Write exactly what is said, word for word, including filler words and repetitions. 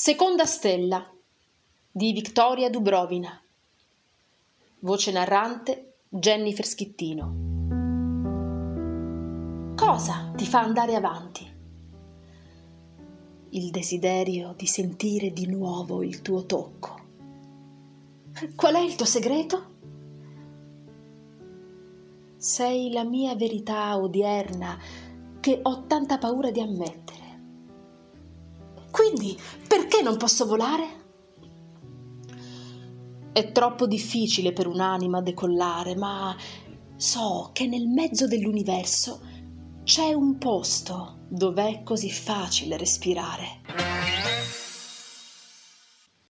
Seconda stella di Victoria Dubrovina. Voce narrante Jennifer Schittino. Cosa ti fa andare avanti? Il desiderio di sentire di nuovo il tuo tocco. Qual è il tuo segreto? Sei la mia verità odierna che ho tanta paura di ammettere. Quindi, perché non posso volare? È troppo difficile per un'anima decollare, ma so che nel mezzo dell'universo c'è un posto dove è così facile respirare.